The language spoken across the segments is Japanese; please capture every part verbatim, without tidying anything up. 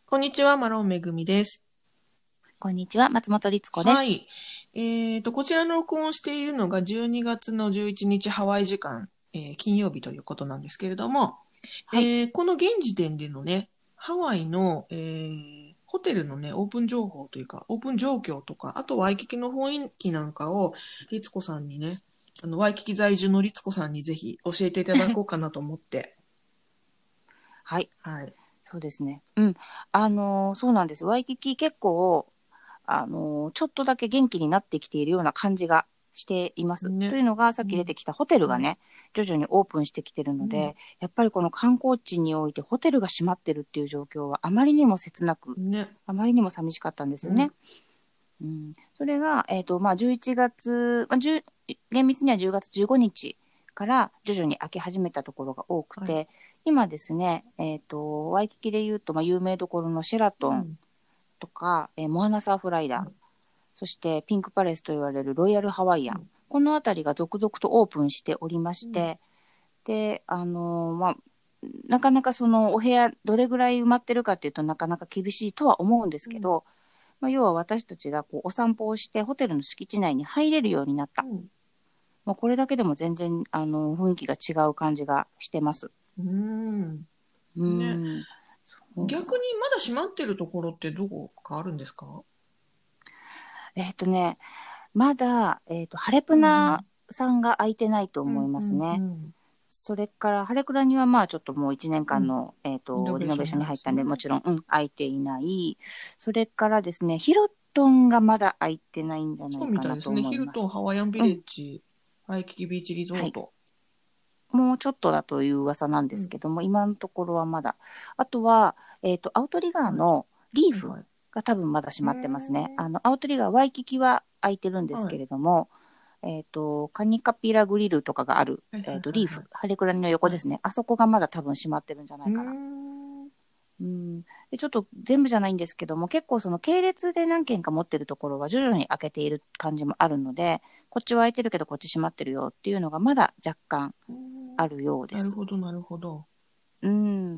こんにちは、マロンめぐみです。 こんにちは、松本律子です。 はい。えっと、こちらの録音をしているのがじゅうにがつのじゅういちにちハワイ時間、えー金曜日ということなんですけれども、 はい。 えーこの現時点でのね、ハワイの、えーホテルのね、オープン情報というか、オープン状況とか、あとワイキキの雰囲気なんかを、律子さんにね、あの、ワイキキ在住の律子さんにぜひ教えていただこうかなと思って。 はい。 はい。 そうですね。うん。あのーそうなんです。ワイキキ結構、あのーちょっとだけ元気になってきているような感じがしています。とね。 いうのが、さっうん。 き出てきたホテルがはい。 ね、徐々にオープンしてきてるうん。 ので、やっぱりこの観光地においてホテルが閉まってるっていう状況はあまりにも切なく、 ね。 あまりにも寂しかったんですよね。 うん。 うん、それが、えっと、まあ、じゅういちがつ、まあ、じゅう厳密にはじゅうがつじゅうごにちから徐々に開け始めたところが多くはい。 て、今ですね、えっと、ワイキキで言うと、まあ、有名どころのシェラトンうん。 とか、えーモアナサーフライダー、 はい。 そしてピンクパレスと言われるロイヤルハワイアン、 うん。 この辺りが続々とオープンしておりまうん。 して、で、あのーまあ、なかなかそのお部屋どれぐらい埋まってるかっていうとなかなか厳しいとは思うんですうん。 けど、まあ、要は私たちがこうお散歩をしてホテルの敷地内に入れるようになった。 うん。 もうこれだけでも全然あの雰囲気が違う感じがしてます。 うーん。 うーね。 ん。そう逆にまだ閉まってるところってどこかあるんですか？ えっ、とね、まだ、えっ、と、ハレプナうんさんが空いてないとうん。 思いうんうんうますね。 ん。 それから、ハレクラにはまあちょっともういちねんかんうん。 の、えっ、と、 リノベーションリノベーションに入ったんで、 なんですね。 もちろん、うん、空いていない。それからですね、ヒルトンがまだ空いてないんじゃなそういかなとみたいですね。ヒルトン思います。 ハワイアンビレうん、 ッジ、ワイキキビーチリゾはい。 ート。 もうちょっとだという噂なんでうん。 すけども、今のところはまだ。あとは、えっ、と、アウトリガーはい。 のリーフはいはい。 が多分まだ閉うーまってますね。 ん。 あの、アウトリガー、ワイキキは空いてるんですはい。 けれども、えっ、と、カニカピラグリルとかがある、 はいえっ、と、 はいはいはい。 リーフ、ハレクラニの横はい。 ですね。あそこがまだ多分閉まってるんじゃなうーいかな。 ん。 うん、でちょっと全部じゃないんですけども、結構その系列で何軒か持ってるところは徐々に開けている感じもあるので、こっちは開いてるけどこっち閉まってるよっていうのがまだ若干うーん。 あるようです。 なるほどなるほど。 うん。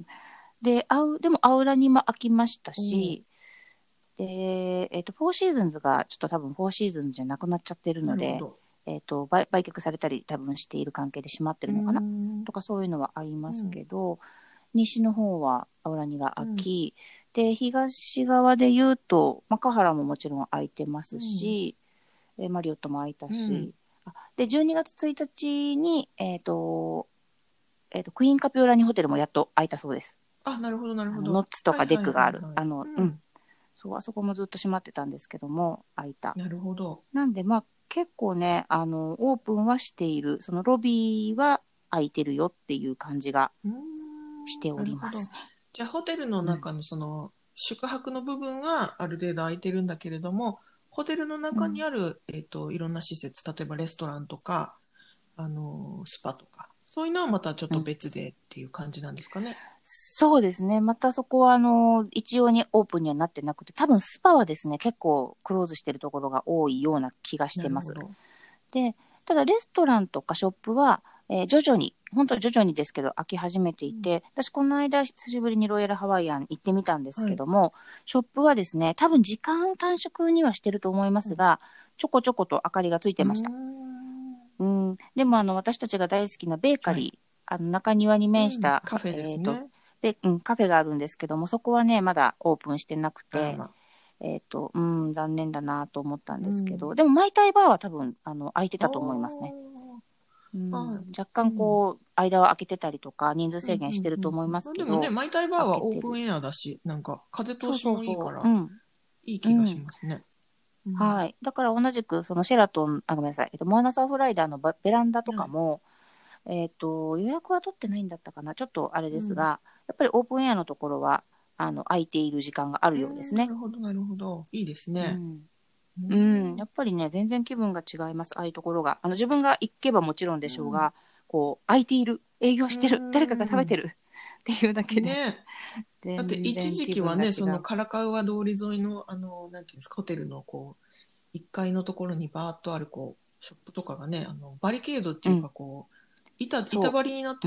で、アウ、でもアウラにも開きましたおお。 し、で、えっと、フォーシーズンズがちょっと多分フォーシーズンズじゃなくなっちゃってるので、 なるほど。 えっと、売、売却されたり多分している関係で閉まってうーるのかなん。 とかそういうのはありますうん。 けど、西の方はアウラニがうん。 開き、で、東側で言うと、まあ、カハラももちろん開いてますうん。 し、えマリオットも開いたうん。 し、あで、じゅうにがつついたちに、えっと、えっと、クイーンカピオラニホテルもやっと開いたそうです。 あ、なるほどなるあの、ノほど。 ッツとかデッはいはいクがある。 はいはい。 あの、うん。 うん。 そう、あそこもずっと閉まってたんですけども、開いた。 なるほど。 なんで、まあ、結構ね、あの、オープンはしている。そのロビーは開いてるよっていう感じがうーん。 しておなるほど。 りますね。 じゃあ、ホテルのうん。 中のその、宿泊の部分はある程度空いてるんだけれども、ホテルの中にうん。 ある、えっと、いろんな施設、例えばレストランとか、あの、スパとか、そういうのはまたちょっとうん。 別でっていう感じなんですかね。 そうですね。またそこは、あの、一様にオープンにはなってなくて、多分スパはですね、結構クローズしてるところが多いような気がしてます。 なるほど。 で、ただレストランとかショップは、えー徐々に、本当に徐々にですけど、開き始めてうん。 いて、私この間久しぶりにロイヤルハワイアン行ってみたんですはい。 けども、ショップはですね、多分時間短縮にはしてると思いまうん。 すが、ちょこちょこと明かりがついうーてました。 ん。 うん、でもあの、私たちが大好きなベーカはい。 リー、あの中庭にうん。 面した、 カフェでえっと、 すね。 で、うん、カフェがあるんですけども、そこはね、まだオープンしてなくて、 あらま。 えっと、うん、残念だなと思ったんうん。 ですけど、でも、マイタイバーは多分、あの、空いてあたと思いますね。うあ。はん、 い。 若うん。 干こう、間は空けてたりとか、人数うん、うん、 制限してるうん。 と思いまうんでもね、 すけど、 マイタイバー開はけてる。 オープンエアだし、なんか風通そうしもいいそうそう。 から、 うん。 いい気がしうん。 ますね。うん。 はい。だから同じく、そのシェラトン、あ、ごめんなさい。えっと、モアナサーフライダーのバベランダとはい。 かも、えっと、予約は取ってないんだったかな。ちょっとあれうん。 ですが、やっぱりオープンエアのところは、あの、空いている時間があるうん、 ようですね。 なるほど、なるほど。いいですね。 うん。 ううん。 ん。 やっぱりね、全然気分が違います。ああいうところが。あの、自分が行けばもちろんでうん。 しょうが、こう、空いている、営業うしてる、誰かが食べてん。 るっていうだけで、 ね。だって一全然気時期はね、 分が違う。 そのカラカウア通り沿いの、あの、なんていうんですか、ホテルのこう、いっかいのところにバーッとあるこう、ショップとかがね、あの、バリケードっていうかうん。 こう、板、板そ張りになっう。もうてた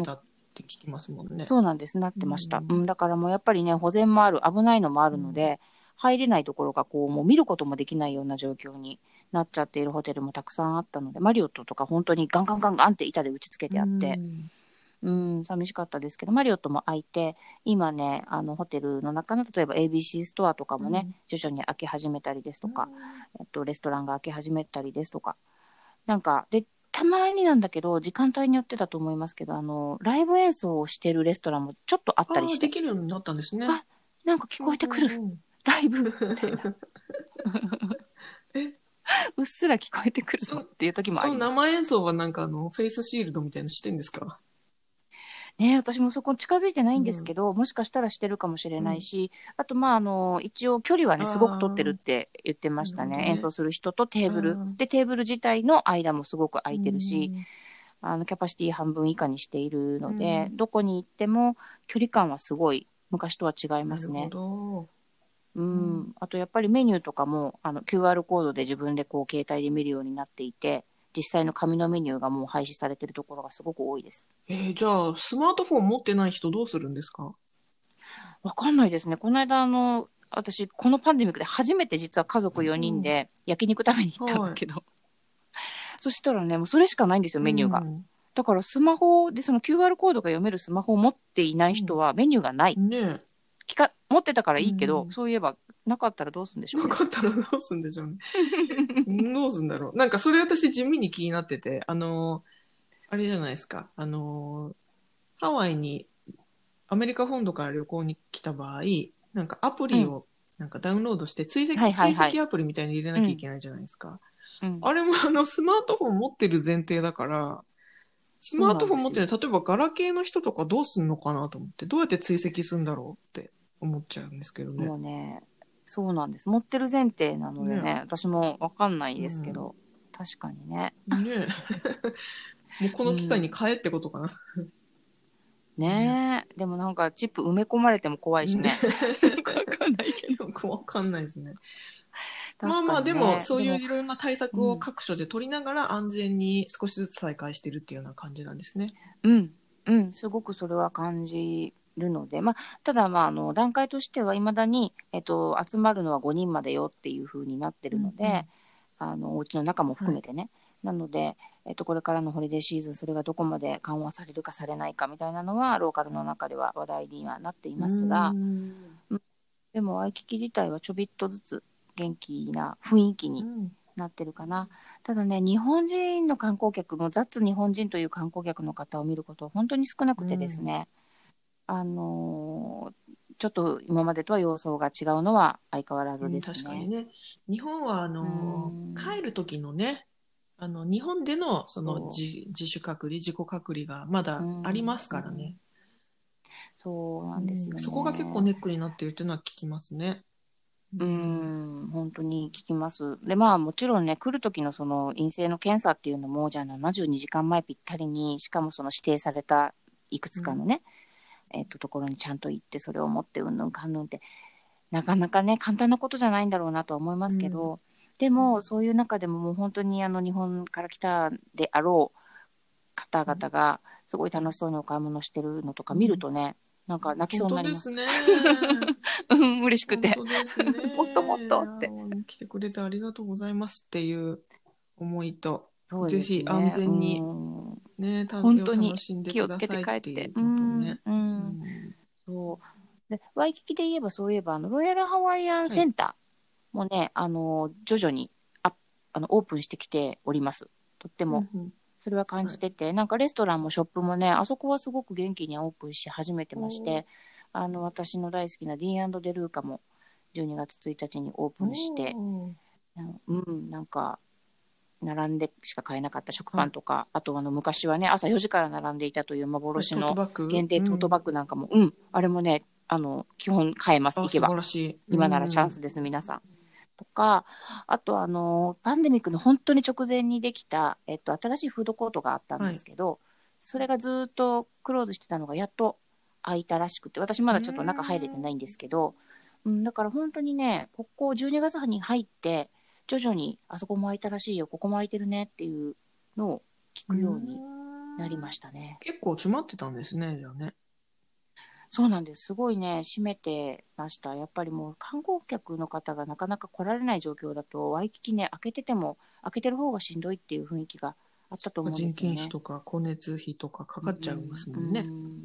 て聞きますもんね。 そうなんです。なってました。 うんうん、だからもうやっぱりね、保全もある、危ないのもあるので、入れないところがこう、もう見ることもできないような状況になっちゃっているホテルもたくさんあったので、マリオットとか本当にガンガンガンガンって板で打ち付けてあって、うん、寂しかったですけど、マリオットも開いて、今ね、あのホテルの中の例えば エービーシー ストアとかもね、 うん徐々に開け始めたりですとか、 うんえっと、レストランが開け始めたりですとか、なんか、で、たまになんだけど、時間帯によってだと思いますけど、あの、ライブ演奏をしてるレストランもちょっとあったりああ、でして、 きるようになったんですね。 あ、なんか聞こえてくる、 うんうんうんライブみたいな、 え、 うっすら聞こえてくるぞそっていう時もあそのります。 生演奏はなんかあの、フェイスシールドみたいなのしてんですか？ ね、私もそこ近づいてないんですうん。 けど、もしかしたらしてるかもしれうん。 ないし、あと、まあ、あの、一応距離はね、すごく取ってるああ、 って言ってまなるしたね。演ほどね。 奏する人とテーあブル。 あ、 で、テーブル自体の間もすごく空ういてるし、 ん。 あの、キャパシティ半分以下にしているので、 うん。 どこに行っても距離感はすごい昔とは違いまなるほすね。 ど。 ううん。 ん。あと、やっぱりメニューとかも、あの、キューアール コードで自分でこう、携帯で見るようになっていて、実際の紙のメニューがもう廃止されてるところがすごく多いです。 えーじゃあ、スマートフォン持ってない人どうするんですか？ わかんないですね。この間、あの、私、このパンデミックで初めて実は家族よにんうん。 で焼肉食べに行ったんだはい。 けど、そしたらね、もうそれしかないんですよ、 うメニューが。 ん。 だからスマホでその キューアール コードが読めるスマホを持っていない人はメニューがない。 うん。ねえ。 聞か、持ってたからういいけど、 ん。 そういえばなかったらどうするんでしょうね。 なかったらどうすんでしょうね。どうすんだろう。なんかそれ私地味に気になってて、あの、あれじゃないですか。あの、ハワイにアメリカ本土から旅行に来た場合、なんかアプうん。 リをなんかダウンロードして追跡、 はいはいはい。 追跡アプリみたいに入れなうん。 きゃいけないじゃないですか。 うん。 あれもあのスマートフォン持ってる前提だから、スそうマーなんですよ。 トフォン持ってる、例えばガラケーの人とかどうすんのかなと思って、どうやって追跡するんだろうって思っちゃうんですけどね。 もうね、そうなんです。持ってる前提なのでね。 ね、私もわかんないうん。 ですけど、確かにね。 ねもうこの機会にうん。 買えってことかな。ね。 ねえ。でもなんかチップ埋め込まれても怖いしね。 ね。よくわかんないけど。 よくわかんないですね。まあ確かまあ、でも、 にね。でも、 そういういろんな対策をうん。 各所で取りながら安全に少しずつ再開してるっていうような感じなんですね。 うん。うん。すごくそれは感じるので、まあ、ただ、まあ、あの、段階としては、未だに、えっと、集まるのはごにんまでよっていう風になってるので、 うんうん。 あの、お家の中もはい。 含めてね。なので、えっと、これからのホリデーシーズン、それがどこまで緩和されるかされないかみたいなのは、ローカルの中では話題にはなっていうーますが、 ん。 でもワイキキ自体はちょびっとずつ元気な雰囲気にうん。 なってるかな。ただね、日本人の観光客も、ザッツ日本人という観光客の方を見ることは本当に少なくてですうん。 ね、あのーちょっと今までとは様相が違うのは相変わらずうん、 ですね。 確かにね。日本は、あうーの、 ん、 帰る時のね、あの、日本での、そのそ自、自主隔離、自己隔離がまう、うだありまん、 すからね。 うん、そうなうん。 んですよそこが結構ね。 ネックになってるっていうのは聞きますね。ううーん。 ん、本当に聞きます。で、まあもちろんね、来る時のその陰性の検査っていうのも、じゃあななじゅうにじかんまえぴったりに、しかもその指定されたいくつうん。 かのね、えっと、ところにちゃんと行って、それを持ってうんぬんかんぬんって、なかなかね、簡単なことじゃないんだろうなとは思いまうん。 すけど、でも、そういう中でももう本当にあの日本から来たであろう方うん。 々が、すごい楽しそうにお買い物してるのとかうん。 見るとね、なんか泣き本そうになります。 当ですね。 うん、嬉しく本て。 当ですもっともっね。あとって。 ー来てくれてありがとうございますっていう思いと、 そうでぜひ安すね。う全にん。 ね、旅を本当に楽しんで気をつけてくださいっ帰って。 ていううことね。 ん、ううん。 ん、 そう。で、ワイキキで言えばそういえば、あの、ロイヤルハワイアンはい。 センターもね、あの、徐々にあ、あの、オープンしてきております。とっても。 うんうん、 それは感はい。 じてて、なんかレストランもショップもね、あそこはすごく元気にオープンし始めてましおー、 て、あの、私の大好きなディーンデルーカもじゅうにがつついたちにオープンして、 おー、 うん、なんか、並んでしか買えなかった食はい。 パンとか、あとあの昔はね、朝よじから並んでいたというはい、トート幻のバッグ限定トートうん。 バッグなんかも、うん、あれもね、あの、基本買えます、 あ、素行けば。 晴らしい。う今ならチャンん。 スです、皆さん。とか、あとあの、パンデミックの本当に直前にできた、えっと、新しいフードコートがあったんはい。 ですけど、それがずっとクローズしてたのがやっと開いたらしくて、私まうーだちょっと中入れてん。 ないんですけど、うん、だから本当にね、ここじゅうにがつに入って、徐々にあそこも開いたらしいよ、ここも開いてるねっていうのを聞うーくようにん。 なりましたね。 結構詰まってたんですね、じゃあね。 そうなんです。すごいね、閉めてました。やっぱりもう観光客の方がなかなか来られない状況だと、ワイキキね、開けてても、開けてる方がしんどいっていう雰囲気があったと思うんで人すよね。 件費とか光熱費とかかかっちゃいますもんね。 うん、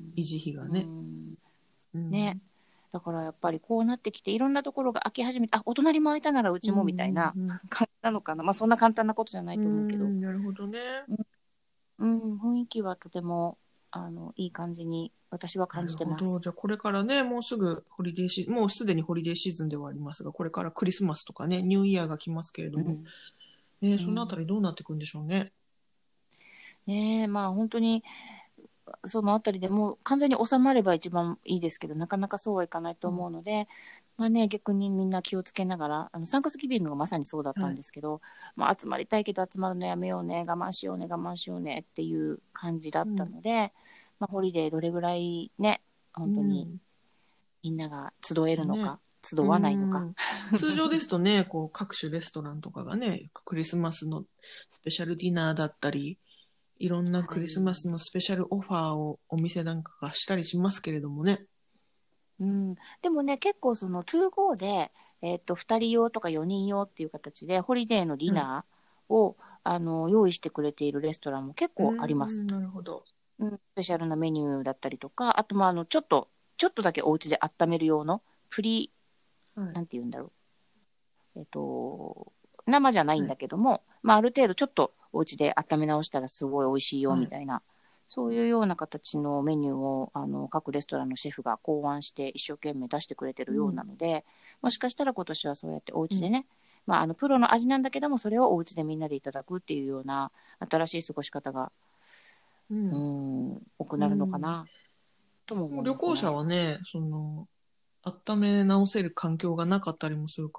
維持費がうね。 ん、 うんね。だからやっぱりこうなってきて、いろんなところが開き始めて、あ、お隣も開いたならうちもみたいなうん感じなのかな。まあそんな簡単なことじゃなうんういと思うけど、 ん、なるほどね。 うん、雰囲気はとてもあのいい感じに私はな感るほど。 じてます。 じゃあこれからね、もうすぐホリデーシーズン、もうすでにホリデーシーズンではありますが、これからクリスマスとかね、ニューイヤーが来ますけれども、 うん、 ね、そのあたうん、 りどうなっていくんでしょうね。 ねえ、まあ本当にそのあたりでもう完全に収まれば一番いいですけど、なかなかそうはいかないと思うので、まあね、逆にみんな気をつけながら、あのサンクスギビングがまさにそうだったんですけど、まあ、集まりたいけど集まるのやめようね、我慢しようね、我慢しようねっていう感じだったので、まあ、ホリデーどれぐらいね、本当にみんなが集えるのか、 ね、 集わないのか。 通常ですとね、こう各種レストランとかがね、クリスマスのスペシャルディナーだったり、いろんなクリスマスのスペシャルオファーをお店なんかがしたりしますけれどもね。 うん、でもね、結構その トゥーゴー で、えっと、ふたり用とかよにん用っていう形で、ホリデーのディナーを、あの用意してくれているレストランも結う構あります。 ん、なるほど。 うん、スペシャルなメニューだったりとか、あと、まあ、あの、ちょっと、ちょっとだけお家で温める用の、プリ、 はい。 なんて言うんだろう。えっと、生じゃないんはい。 だけども、まあ、ある程度ちょっとお家で温め直したらすごい美味しいよ、 はい。 みたいな、そういうような形のメニューを、あの、各レストランのシェフが考案して一生懸命出してくれてるようなので、もしかしたら今年はそうやってお家でね、まあ、あの、プロの味なんだけども、それをお家でみんなでいただくっていうような、新しい過ごし方が、 ううん。 ん、多くなるのかうん。 な、とも思い旅行者ますね。 はね、その、温め直せる環境がなかったりもするから、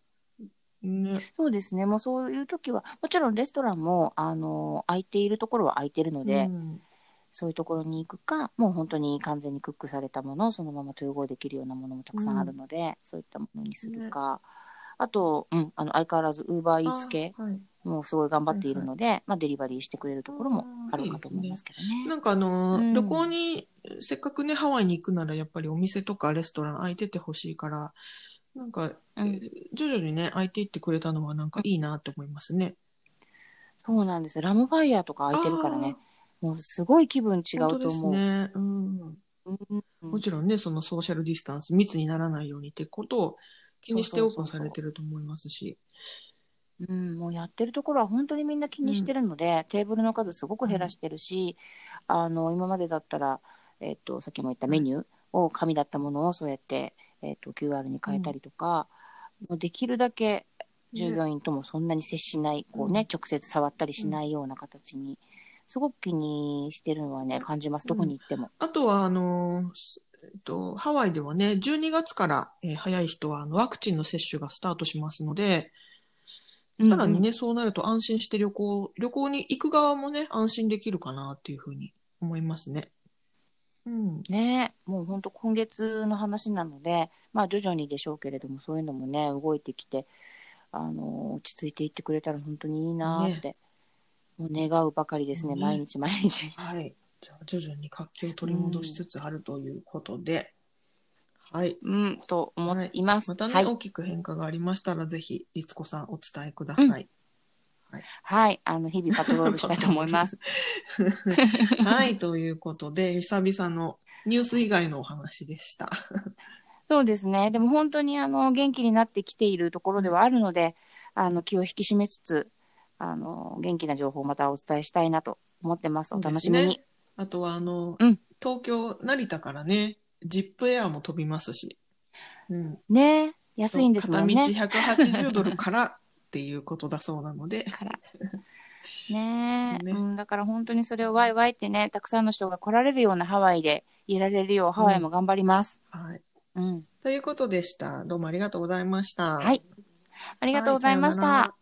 ね。 そうですね。もうそういう時は、もちろんレストランも、あの、空いているところは空いているのうで、 ん。 そういうところに行くか、もう本当に完全にクックされたものをそのまま統合できるようなものもたくさんあるうん。 ので、そういったものにするね。 か、あと、うん、あの、相変わらず、ウーバーイーツあ、 系、 はい。 もうすごい頑張っているはいはい。 ので、まあ、デリバリーしてくれるとあころもああ、いいるかと思いまですね。 すけどね。 なんかあの、旅うん。 行に、せっかくね、ハワイに行くなら、やっぱりお店とかレストラン空いててほしいから、なんか、 うん。 徐々にね、空いていってくれたのはなんかいいなと思いますね。 そうなんです。ラムファイヤーとか空あいてるからね、 あ、 もうすごい気分違本当でうと思すね。うん。 う。うんうん。 もちろんね、そのソーシャルディスタンス、密にならないようにってことを気そうそうにしてオープンそうそされてると思いますし。 う。うん、もうやってるところは本当にみんな気にしてうん。 るので、テーブルの数すごくはい。 減らしてるし、あの、今までだったら、えっと、さっきも言ったはい。 メニューを紙だったものをそうやって、えっと、キューアール に変えたうん。 りとか、もうできるだけ従ね。 業員ともそんなに接しない、こうね、 うん。 直接触ったりうん。 しないような形に、すごく気にしてるのはね、感じます。どこうん。 に行っても。 あとは、あの、すえっと、ハワイではね、じゅうにがつから、えー早い人はあのワクチンの接種がスタートしますので、 うんうん。 さらにね、そうなると安心して旅行、旅行に行く側もね、安心できるかなっていうふうに思いますね。うん。 ねえ、もう本当今月の話なので、まあ徐々にでしょうけれども、そういうのもね、動いてきて、あの、落ち着いていってくれたら本当にいいなーっね。 て、もう願うばかりですね、毎そうね。 日毎日。 はい。じゃあ、徐々に活気をう取り戻しん、 つつあるということで、はい。 うん、と思はい。 います。 またね、 はい。 大きく変化がありましたら、ぜひ、律子さんお伝えくだうん、 さい。はい。 はい。あの、日々パトロールしたいとパトロール。 思います。 はい。ということで、久々のニュース以外のお話でした。 そうですね。でも本当にあの、元気になってきているところはい。 ではあるので、あの、気を引き締めつつ、あの、元気な情報をまたお伝えしたいなと思ってます。おそうで楽しみに。 すね。あとは、あの、 うん。 東京、成田からね、ジップエアも飛びますし、うん。 ねえ、安そう、 いんです片道もんね。 ひゃくはちじゅうドルからっていうことだそうなので、 から。ねえ、うね。 ん、だから本当にそれをワイワイってね、たくさんの人が来られるようなハワイでいられるよう、ハうん。 ワイも頑張ります。 はい。 うん。 ということでした。どうもありがとうございました。 はい。ありがはい、 とうございさようなました。 ら。